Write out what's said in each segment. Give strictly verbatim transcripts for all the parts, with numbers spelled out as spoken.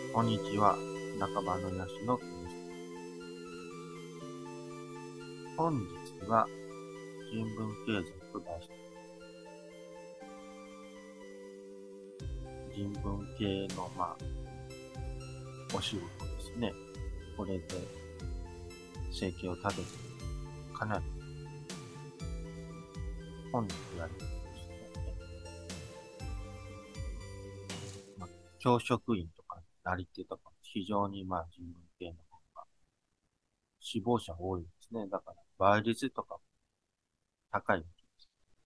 こんにちは。半ばのヤシの木です。本日は人文経済と題して、人文系のまあ、お仕事ですね。これで生計を立ててかなり本日やるんですね。まあ、教職員とかなり手とか非常にまあ人文系の方が死亡者多いですね。だから倍率とかも高いわけです。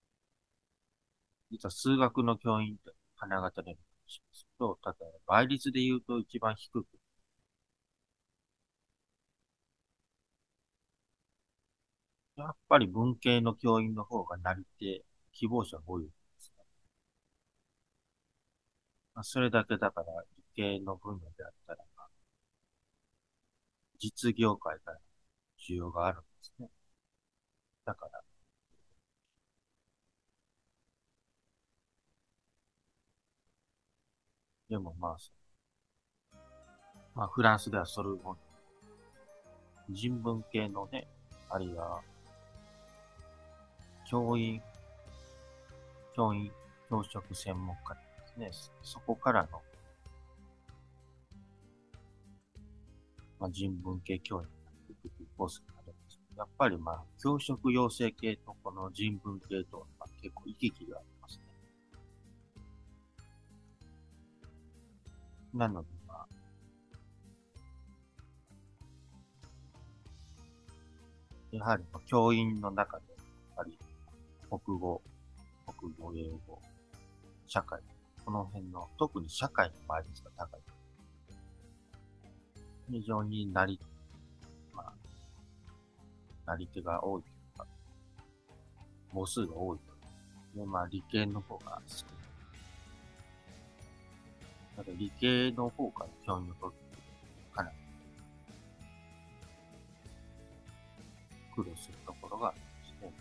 実は数学の教員って花形でしますと、ただ倍率で言うと一番低く、やっぱり文系の教員の方がなり手、希望者が多いですね。まあ、それだけだから理系の分野であったら、まあ、実業界から需要があるんですね。だから、でもまあ、まあ、フランスではソルボン、人文系のね、あるいは教員、教員、教職専門家ですね。そこからの、まあ、人文系教員になっていくというコースがあるんですけど、やっぱりまあ、教職養成系とこの人文系とは結構行き来がありますね。なのでまあ、やはり教員の中で、やっぱり国語、国語、英語、社会、この辺の、特に社会の倍率が高い。非常になり、まあ、なり手が多いというか、母数が多いと。で、まあ、理系の方が少ない。だから理系の方から教員を取るとかなり苦労するところがあるんですね。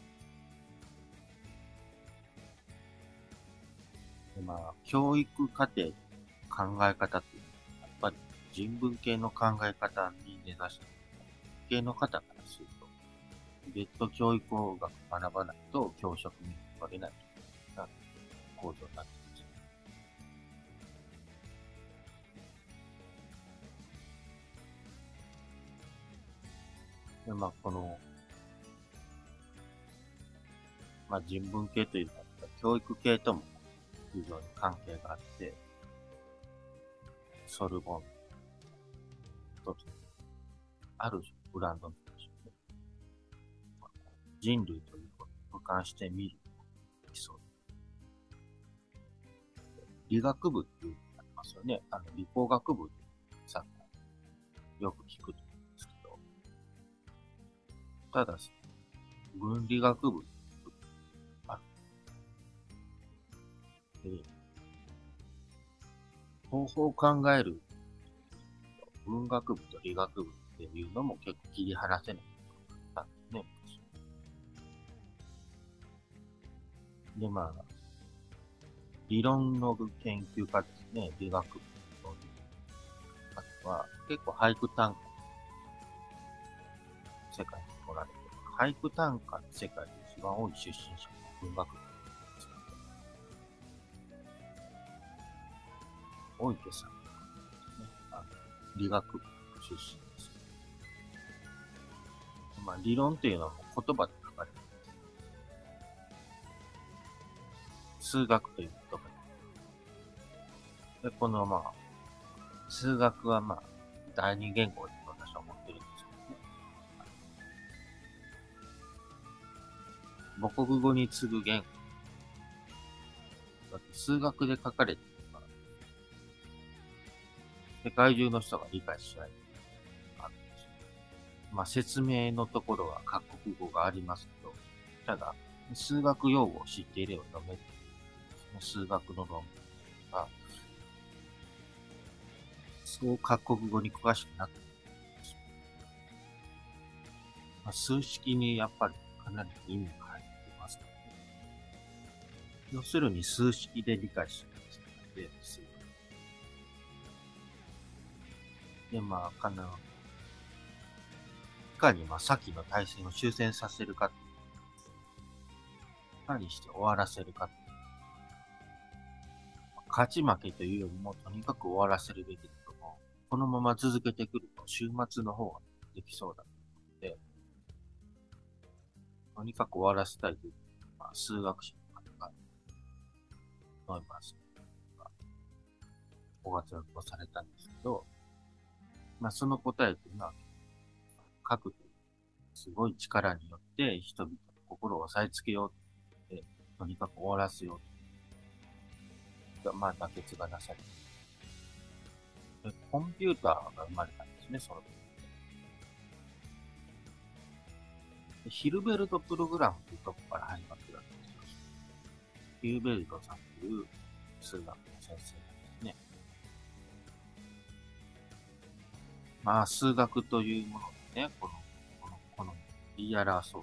で、まあ、教育課程の考え方っていうのは、やっぱり人文系の考え方に根ざして、理系の方からすると、別途教育を学ばないと教職に取れないというような構造になっています。で、まあ、この、まあ、人文系というのは、教育系とも非常に関係があって、ソルボン一つ、ある種ブランドなんでしょうね。人類ということを俯瞰してみる基礎。理学部っていうのがありますよね。あの、理工学部さ、よく聞くと思うんですけど、ただ、文理学部あって、方法を考える文学部と理学部っていうのも結構切り離せないことだったんですね。で、まあ、理論の研究家ですね、理学部の。あとは、結構俳句短歌の世界におられて、俳句短歌の世界で一番多い出身者が文学部ですね。大池さんですね。あの理学部出身です。まあ、理論っていうのはもう言葉で書かれています。数学という言葉で。で、このまあ、数学はまあ、第二言語だと私は思ってるんですけどね。母国語に次ぐ言語。だって数学で書かれているから、世界中の人が理解しない。あるんですよ。まあ、説明のところは各国語がありますけど、ただ、数学用語を知っていれば読めるんですね。数学の論文が、そう各国語に詳しくなくて、まあ、数式にやっぱりかなり意味が入っていますからね。要するに数式で理解するんですので、数学。 で、まあ、かな、いかにまあ先の対戦を終戦させるか、いかにして終わらせるか、勝ち負けというよりも、とにかく終わらせるべきだと思う。このまま続けてくると、終末の方ができそうだので、とにかく終わらせたいという、まあ、数学者の方が思います。ごがつ発表されたんですけど、まあ、その答えというのは、核というすごい力によって人々の心を押さえつけようって、とにかく終わらせようと。まあ、妥結がなされて。で、コンピューターが生まれたんですね、その時。でヒルベルトプログラムというところから始まってるわけですよ。ヒルベルトさんという数学の先生なんですね。まあ、数学というものでね、この、この、この、言い争う。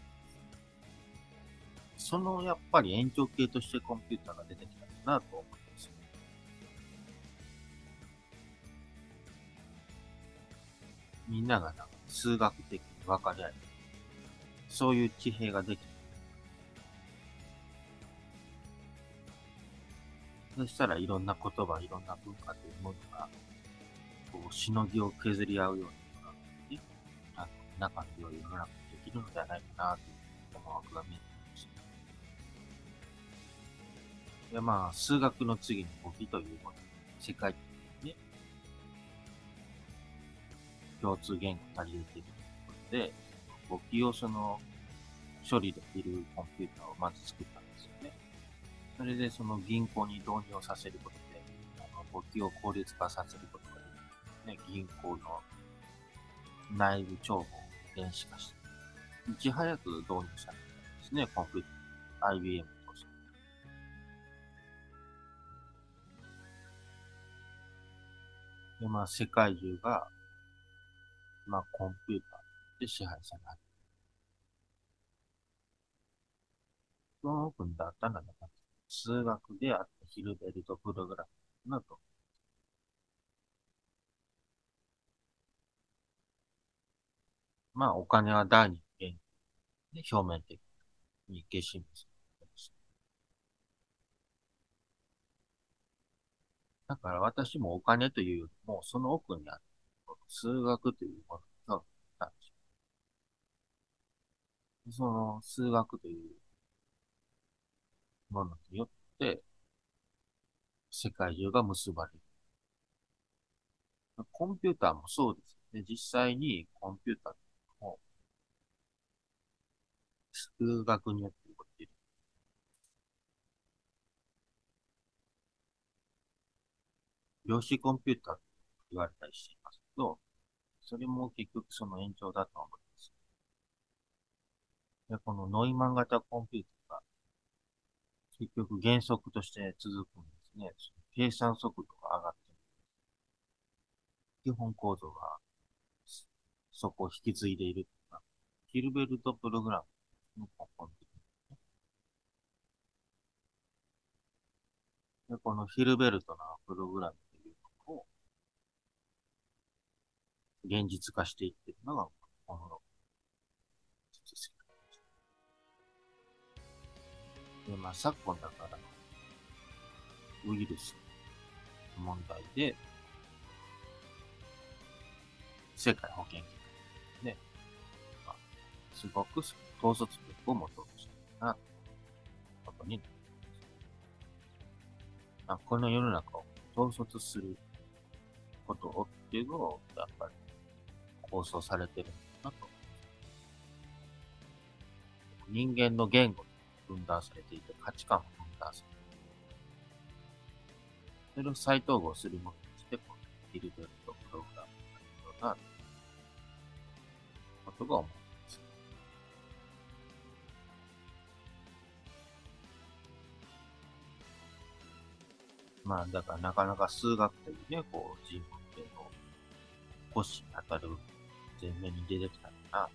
その、やっぱり延長系としてコンピューターが出てきたんだなと思います。みんながなんか数学的に分かり合える。そういう地平ができた。そしたらいろんな言葉、いろんな文化というものが、こう、しのぎを削り合うような、ね、あの仲の良い世の中にできるのではないかなという思惑が見えてきました。で、まあ、数学の次に簿記というもの、世界的にね、共通言語を足り入れているということで、簿記をその、処理できるコンピューターをまず作ったんですよね。それでその銀行に導入をさせることで、あの簿記を効率化させることができる、ね。銀行の内部帳簿を電子化して、いち早く導入されたんですね、コンピューター。アイビーエム として。で、まあ、世界中が、まあ、コンピューターで支配される。その分だったら、数学であったヒルベルトプログラムなと。まあ、お金は第二の原理で表面的に消します。だから私もお金というよりも、その奥にある数学というものに興味があったんですよ。その数学というものによって、世界中が結ばれる。コンピューターもそうですね。実際にコンピューターも数学によって動いている。量子コンピューターと言われたりしていますけど、それも結局その延長だと思います。で、このノイマン型コンピューターが結局原則として続くんですね。計算速度が上がって基本構造がそこを引き継いでいる。ヒルベルトプログラムの根本的で、このヒルベルトのプログラムというのを現実化していっているのが、この実績で、まあ、昨今だから、ウイルスの問題で、世界保健機関で、まあ、すごく統率力を持とうとしているな、ことになります。まあ、この世の中を統率することをっていうのを、やっぱり構想されてるのかなと。人間の言語に分断されていて、価値観も分断されていて、それを再統合するものとして、このヒルベルトプログラムのようなことが思います。まあ、だからなかなか数学というね、こう、人文系の骨子に当たる前面に出てきたのかな。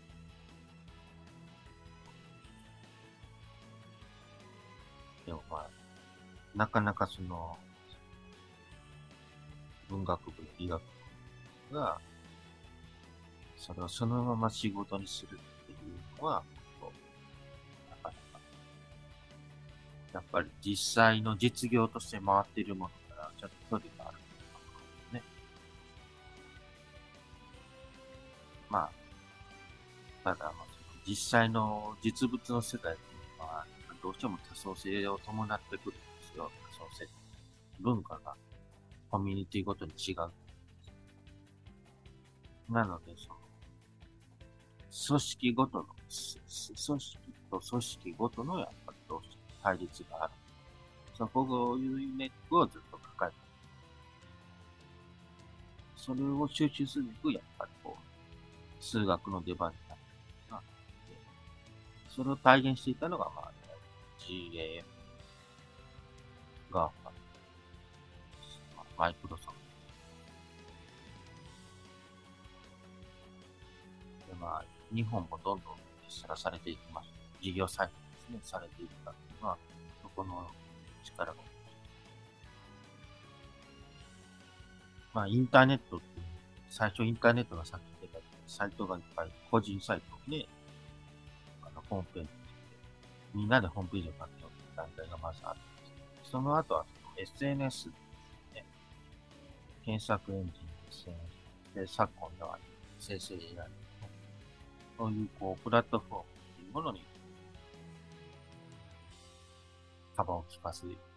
でもまあ、なかなかその、文学部、理学部、 が、それをそのまま仕事にするっていうのは、こうなかなか、やっぱり実際の実業として回っているものからちょっと距離があるね。まあ、ただ、まあ、その実際の実物の世界っていうのは、どうしても多層性を伴ってくるんですよ。多層性。文化がコミュニティごとに違う。なので、その、組織ごとの、すす組織と組織ごとのやっぱりどうしても対立がある。そこをいうネックをずっと抱えて、それを収集するべく、やっぱりこう、数学の出番になってるな。でそれを体現していたのが、まあ、ジーエーエム が、まあマイクロソフトで、まあ、日本もどんどんさらされていきます。事業再編ですね、されていったっていうのは、そこの力が。まあ、インターネットっていう、最初インターネットが先に出た時、サイトがいっぱい、個人サイトで、あの、ホームページで、みんなでホームページを書くよっていう団体がまずあるんです。その後は、エスエヌエス ですね、検索エンジン エスエヌエス で、昨今では生成 エーアイ、そういう、こう、プラットフォームっていうものに幅を利かせていく。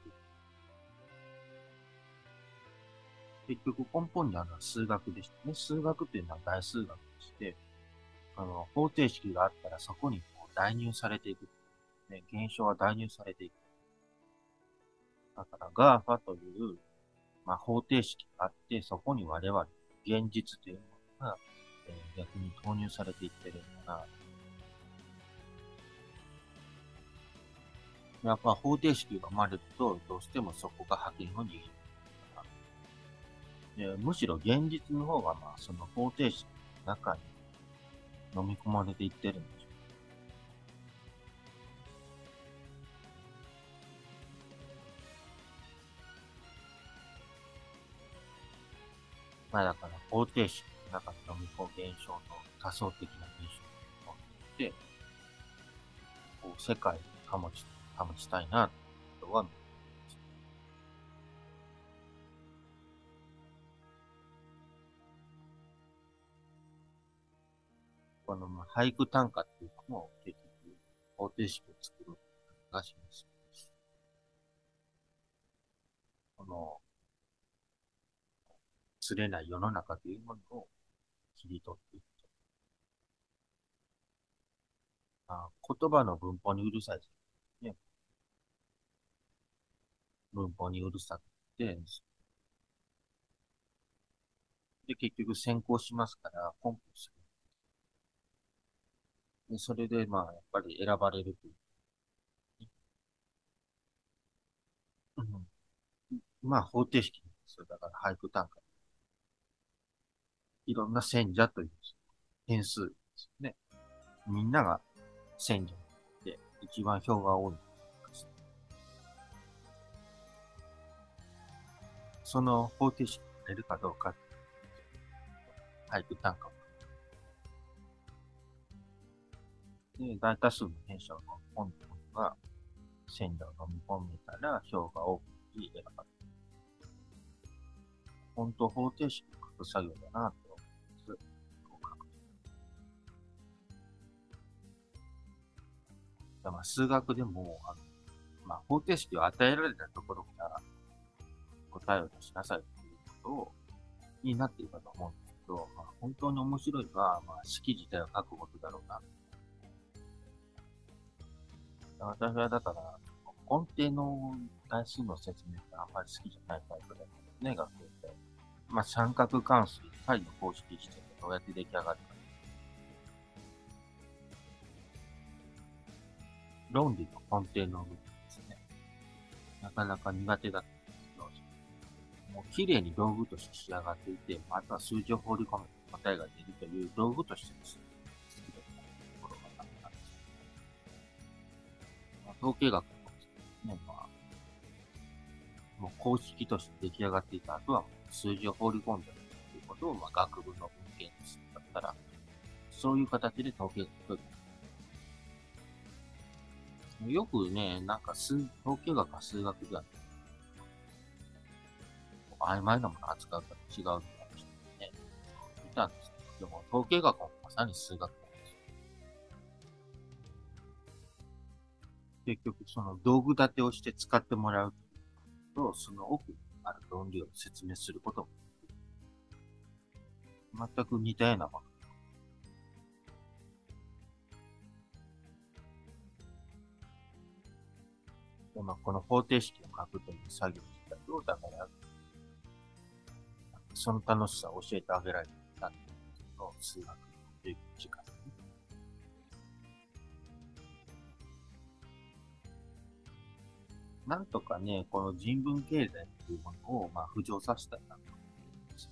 結局根本にあるのは数学でしたね。数学っていうのは大数学でして、あの、方程式があったらそこにこう代入されていく。ね、現象は代入されていく。だから ガーファ という、まあ、方程式があって、そこに我々、現実というものが、えー逆に投入されていってるんだな。やっぱ方程式が生まれると、どうしてもそこが覇権を握る。でむしろ現実の方が、まあ、その方程式の中に飲み込まれていってるんでしょう。まあだから方程式の中に飲み込む現象の多層的な現象を持って、こう世界を保ち、保ちたいな、とは思います。このまあ俳句短歌っていうのも結局方程式を作る気がします。この釣れない世の中というものを切り取っていくと。あ、言葉の文法にうるさいですね。文法にうるさくて、で、結局先行しますから、根拠する。で、それで、まあ、やっぱり選ばれるという。うん、まあ、方程式です。だから俳句短歌。いろんな選者という変数ですね。みんなが選者で一番票が多い。その方程式が出るかどうか、俳句短歌で、大多数の編者の本が選者を飲み込めたら票が多く選ばれる。本当方程式を書く作業だなと思います。まあ、数学でも、あのまあ、方程式を与えられたところから答えを出しなさいということをになっているかと思うんですけど、まあ、本当に面白いのは、まあ、式自体を書くことだろうな。私はだから、根底の代数の説明ってあんまり好きじゃないタイプだったね、学生って。まあ、三角関数、解の公式自体がどうやって出来上がるか。論理の根底の部分ですね。なかなか苦手だったんですけど、もう綺麗に道具として仕上がっていて、あとは数字を放り込めて答えが出るという道具としてですね、好きだったところがあったんです。まあ、統計学もですね、まあ、もう公式として出来上がっていた後は数字を放り込んでるというこど、まあ、学部の文献だったら、そういう形で統計取る。よくね、なんか数、統計学か数学では曖昧なもの扱うから違うみたいな人ね、いたんですけど、でも統計学はまさに数学なんですよ。結局、その道具立てをして使ってもらうと、その奥にある論理を説明することも、全く似たようなもの。でまあ、この方程式を書くという作業自体を、だから、その楽しさを教えてあげられたんですけど、数学の授業時間に。なんとかね、この人文経済っていうものを、まあ、浮上させたいなと思ってます。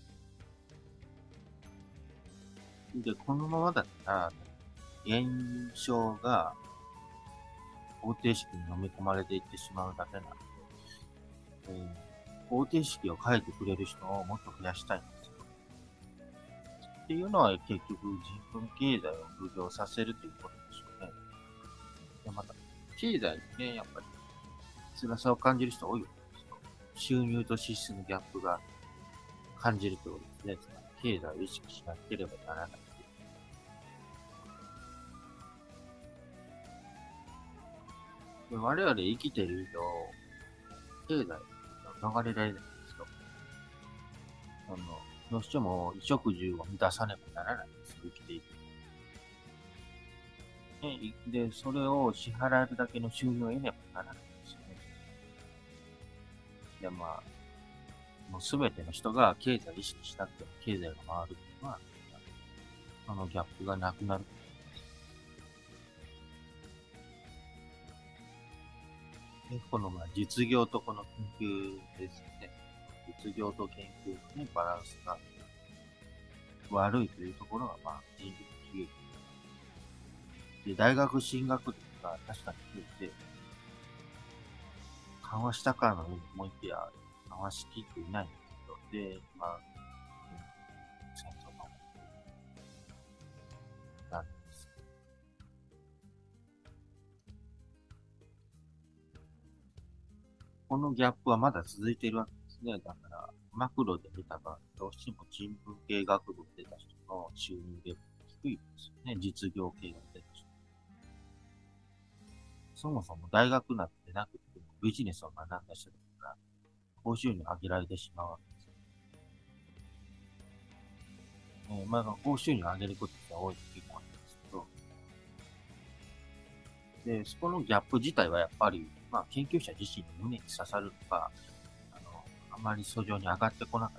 で、このままだったら、現象が方程式に飲み込まれていってしまうだけなんで、えー、方程式を書いてくれる人をもっと増やしたいんですよ。っていうのは結局人文経済を浮上させるということでしょうね。でまた、経済にね、やっぱり辛さを感じる人多いわけですよ。収入と支出のギャップが感じるとですね、経済を意識しなければならない。で我々生きている以上、経済を逃れられないんですよ。あの、どうしても衣食住を満たさねばならないんですよ、生きていく。ね、で、それを支払えるだけの収入を得ねばならないんですよね。で、まあ、もうすべての人が経済を意識しなくても経済が回るっていうのは、そのギャップがなくなる。で、このまあ実業とこの研究ですね。実業と研究のね、バランスが悪いというところが、まあ、人類の悲劇で、大学進学率が確かに増えて、緩和したかのように思いきや、緩和しきっていないんですけど、で、まあ、戦争が起こったんです。このギャップはまだ続いているわけですね。だから、マクロで見た場合、どうしても人文系学部を出た人の収入レベルが低いですよね。実業系が出た人。そもそも大学なんてなくてもビジネスを学んだ人だから、報酬に上げられてしまうわけですよ。えー、まあ、報酬に上げることが多いと結構あるんですけど、で、そこのギャップ自体はやっぱり、まあ、研究者自身の胸に刺さるのか、あの、あまり訴状に上がってこなかったん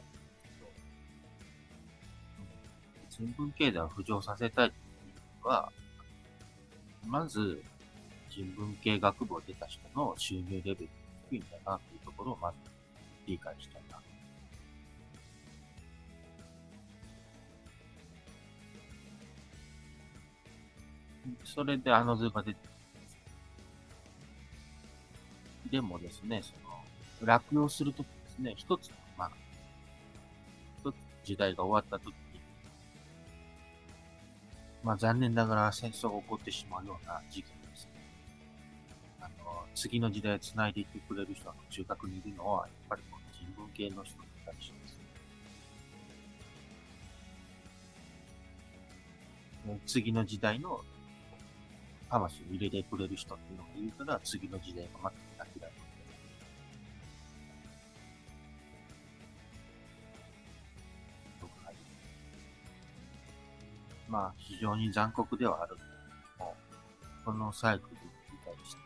ですけど、うん、人文経済を浮上させたいというのは、まず、人文系学部を出た人の収入レベルが低いんだなというところをまず理解したいな。それであの図が出てるんです。でもですね、その、落葉するときですね、一つ、まあ、一つ時代が終わったときに、まあ残念ながら戦争が起こってしまうような時期ですね。あの、次の時代を繋いでいってくれる人の中核にいるのは、やっぱりこの人文系の人だったりします。次の時代の魂を入れてくれる人っていうのがいるから、次の時代がまた開られる。まあ、非常に残酷ではあるけれども、このサイクルを理解して、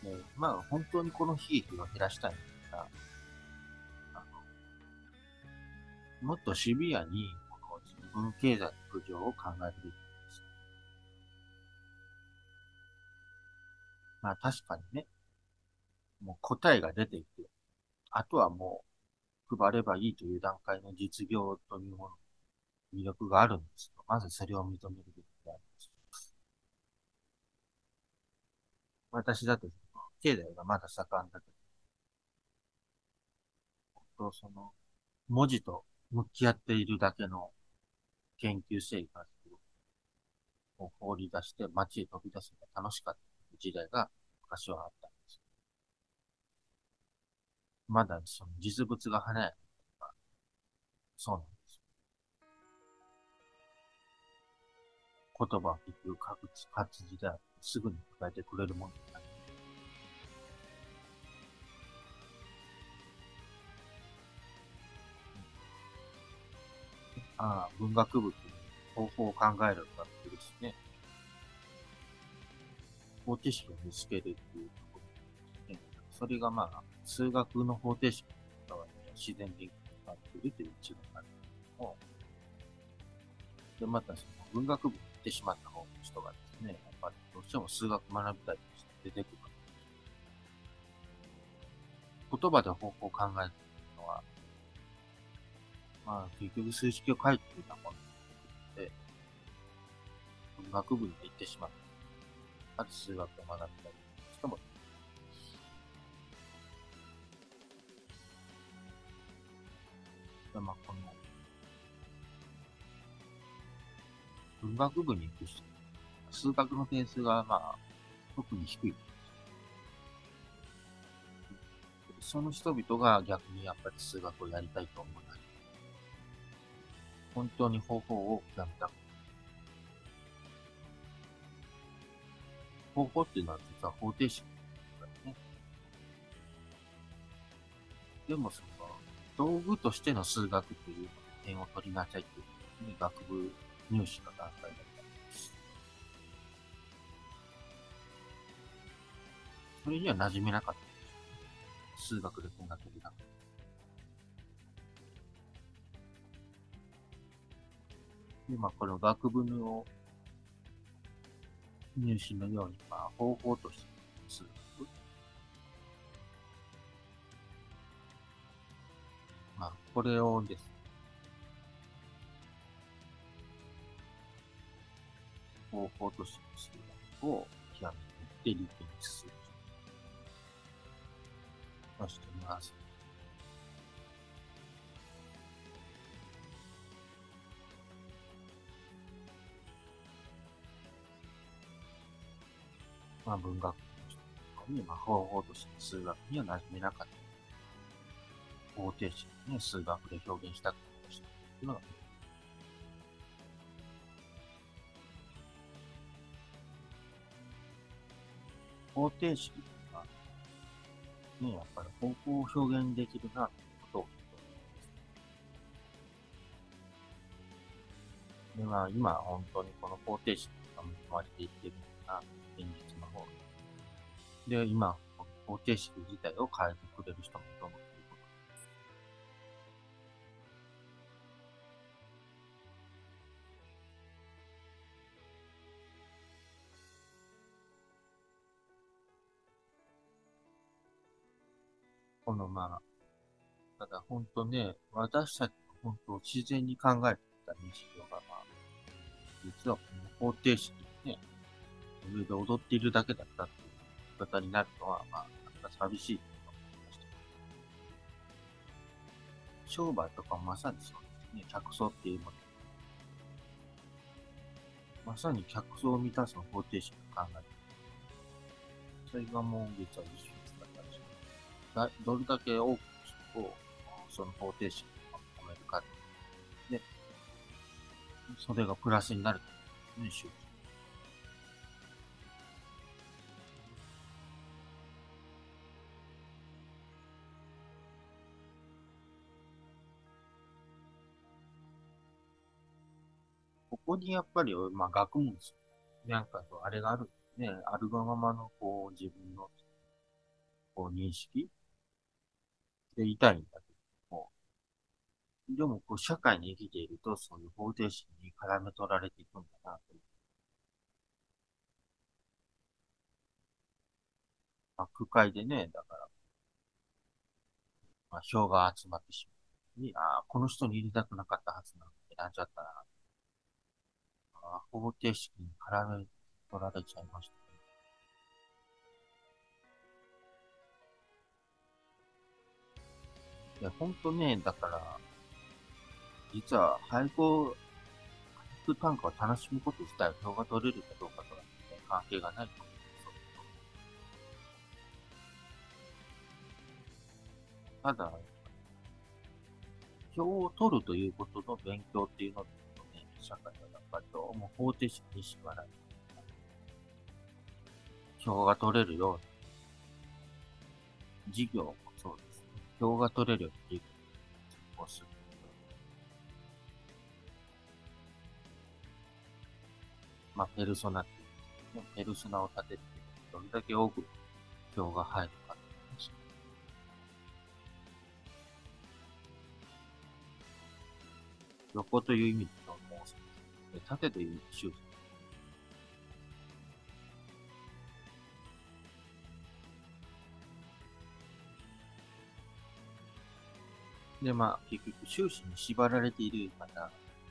でまあ、本当にこの悲劇を減らしたいんだったら、あのもっとシビアに、この自分経済の浮上を考えるべきです。まあ、確かにね、もう答えが出ていて、あとはもう配ればいいという段階の実業というもの、魅力があるんですと。まずそれを認めるべきであります。私だと、経済がまだ盛んだけど、その、文字と向き合っているだけの研究生活を放り出して街へ飛び出すのが楽しかった時代が昔はあったんです。まだその実物が花やそうなんです。言葉は結局各活字であってすぐに答えてくれるものになる。ああ、文学部という方法を考える学部ですね。方程式を見つけるっていうところですね。それがまあ、数学の方程式とは自然言語になっているという一があるんですけども、で、またその文学部に行ってしまった方の人がですね、やっぱりどうしても数学学びたいとして出てくる。言葉で方法を考えるのは、まあ、結局数式を書いていたもので、文学部に行ってしまった。あと数学を学びたいという人もいる。でまあ、この文学部に行く人、数学の点数がまあ、特に低い。その人々が逆にやっぱり数学をやりたいと思わない。本当に方法を極めた。方法っていうのは実は方程式だよね。でもその、道具としての数学という点を取りなさいという、ね、学部入試の段階だったり、それには馴染めなかった。数学でこんな取りなくて。で、まあ、この学部の入試のように、まあ、方法として数学、まあ、これをですね、方法としての数学を極めていって理系に進むとしています。まあ、文学の人とかに、まあ、方法としての数学には馴染めなかった。方程式をね、数学で表現したくなった人っていうのが、方程式がね、やっぱり方法を表現できるな、ということをで、まあ、今、本当にこの方程式が生まれていっているのが、現実の方で、今、方程式自体を変えてくれる人もいると思うということ。このまあ、ただ本当ね、私たちの本当自然に考えていた認識が、まあ、実はこの方程式ね、上で踊っているだけだったっていう言い方になるのは、まあ、なんか寂しいと思いました。商売とかまさにそうですね、客層っていうもの、まさに客層を満たすの方程式を考えて、それがもう実は一緒だったりします。どれだけ多くの人をその方程式に込めるかで、それがプラスになるというね、収益。ここにやっぱり、まあ、学問ですよ。なんか、あれがあるね。あるがままの、こう、自分の、こう、認識でいたいんだけども、でも、こう、社会に生きていると、そういう方程式に絡め取られていくんだな、という。まあ、区会でね、だから、まあ、票が集まってしまう。に、ああ、この人に入れたくなかったはずなのに選んじゃったな。ああ、方程式に絡め取られちゃいましたね。いや、ほんとね、だから、 実は俳句を、俳句短歌を楽しむこと自体は票が取れるかどうかとは、ね、関係がないと思うんですよ。ただ、票を取るということの勉強っていうのとね、社会はやっぱりどうも方程式に縛られて、票が取れるような、事業もそうですね。票が取れるような事業をする。まあ、ペルソナっていう、ね、ペルソナを立てると、どれだけ多く票が入るかっていう話。横という意味でのもうで縦という意味で修正。で、まあ、結局、収支に縛られているから、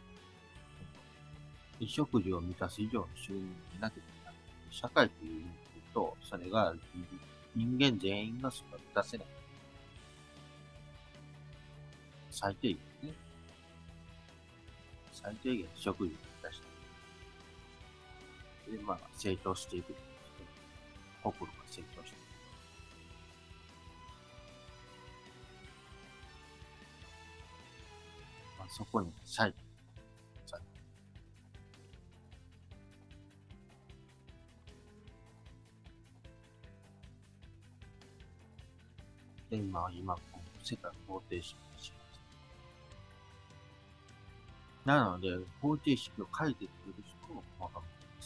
衣食住を満たす以上の収入になければならない。社会という意味で言うと、それが人間全員がそれを満たせない。最低限ね。最低限食事を満たして、で、まあ、成長していく。心が成長していく。まあ、そこに最低で、今、今、この世界方程式にします。なので、方程式を書いてくれる人を求めています。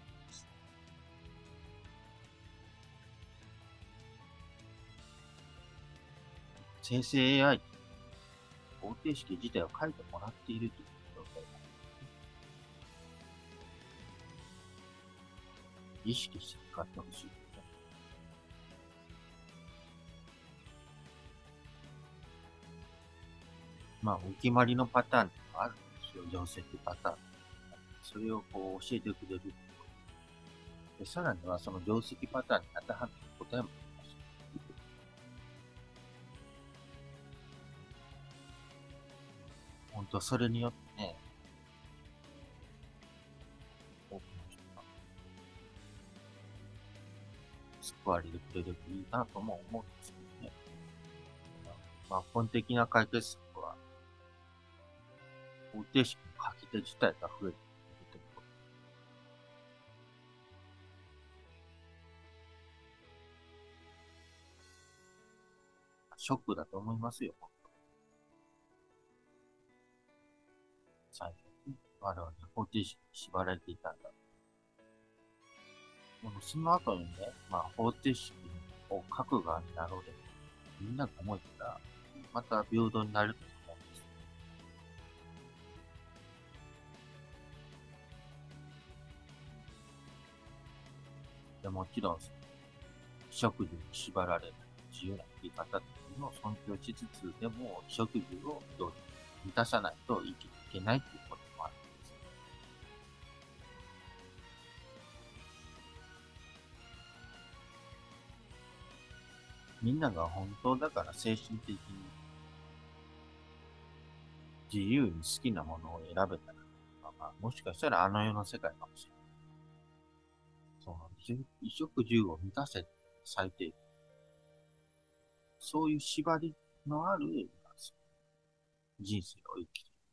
生成 エーアイ 方程式自体を書いてもらっているという状態なんですね。意識して使ってほしいですね。まあ、お決まりのパターンがあるんですよ。定石パターン。それをこう教えてくれる。で、さらにはその定石パターンに当てはめる答えもあります。本当はそれによってね、多くの人が救われてくれるといいなとも思うんですけどね。まあ、本的な解決策は、方程式の書き手自体が増えるということ。ショックだと思いますよ、最初に。我々方程式に縛られていたんだ。でもその後にね、まあ方程式を書く側になろうで、みんなが思えたら、また平等になると思うんです。でもちろん、食事に縛られる自由な生き方っていうのを尊重しつつ、でも食事をどう満たさないと生きていけないっていうこともあるんです。みんなが本当だから精神的に自由に好きなものを選べたら、まあ、もしかしたらあの世の世界かもしれない。その衣食住を満たせ最低限。そういう縛りのある人生を生きる。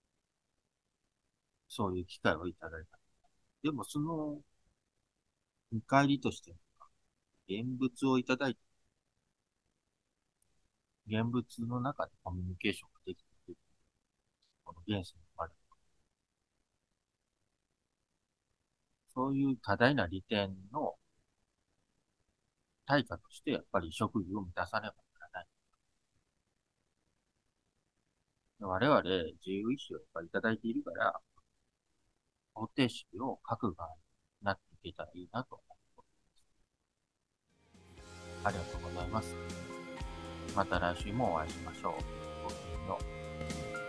そういう機会をいただいた。でもその見返りとして、現物をいただいて、現物の中でコミュニケーションができている。この現世のある。そういう多大な利点の対価として、やっぱり食事を満たさねばならない。我々、自由意志をやっぱりいただいているから、方程式を書く側になっていけたらいいなと思う。ありがとうございます。また来週もお会いしましょう。ごきげんよう。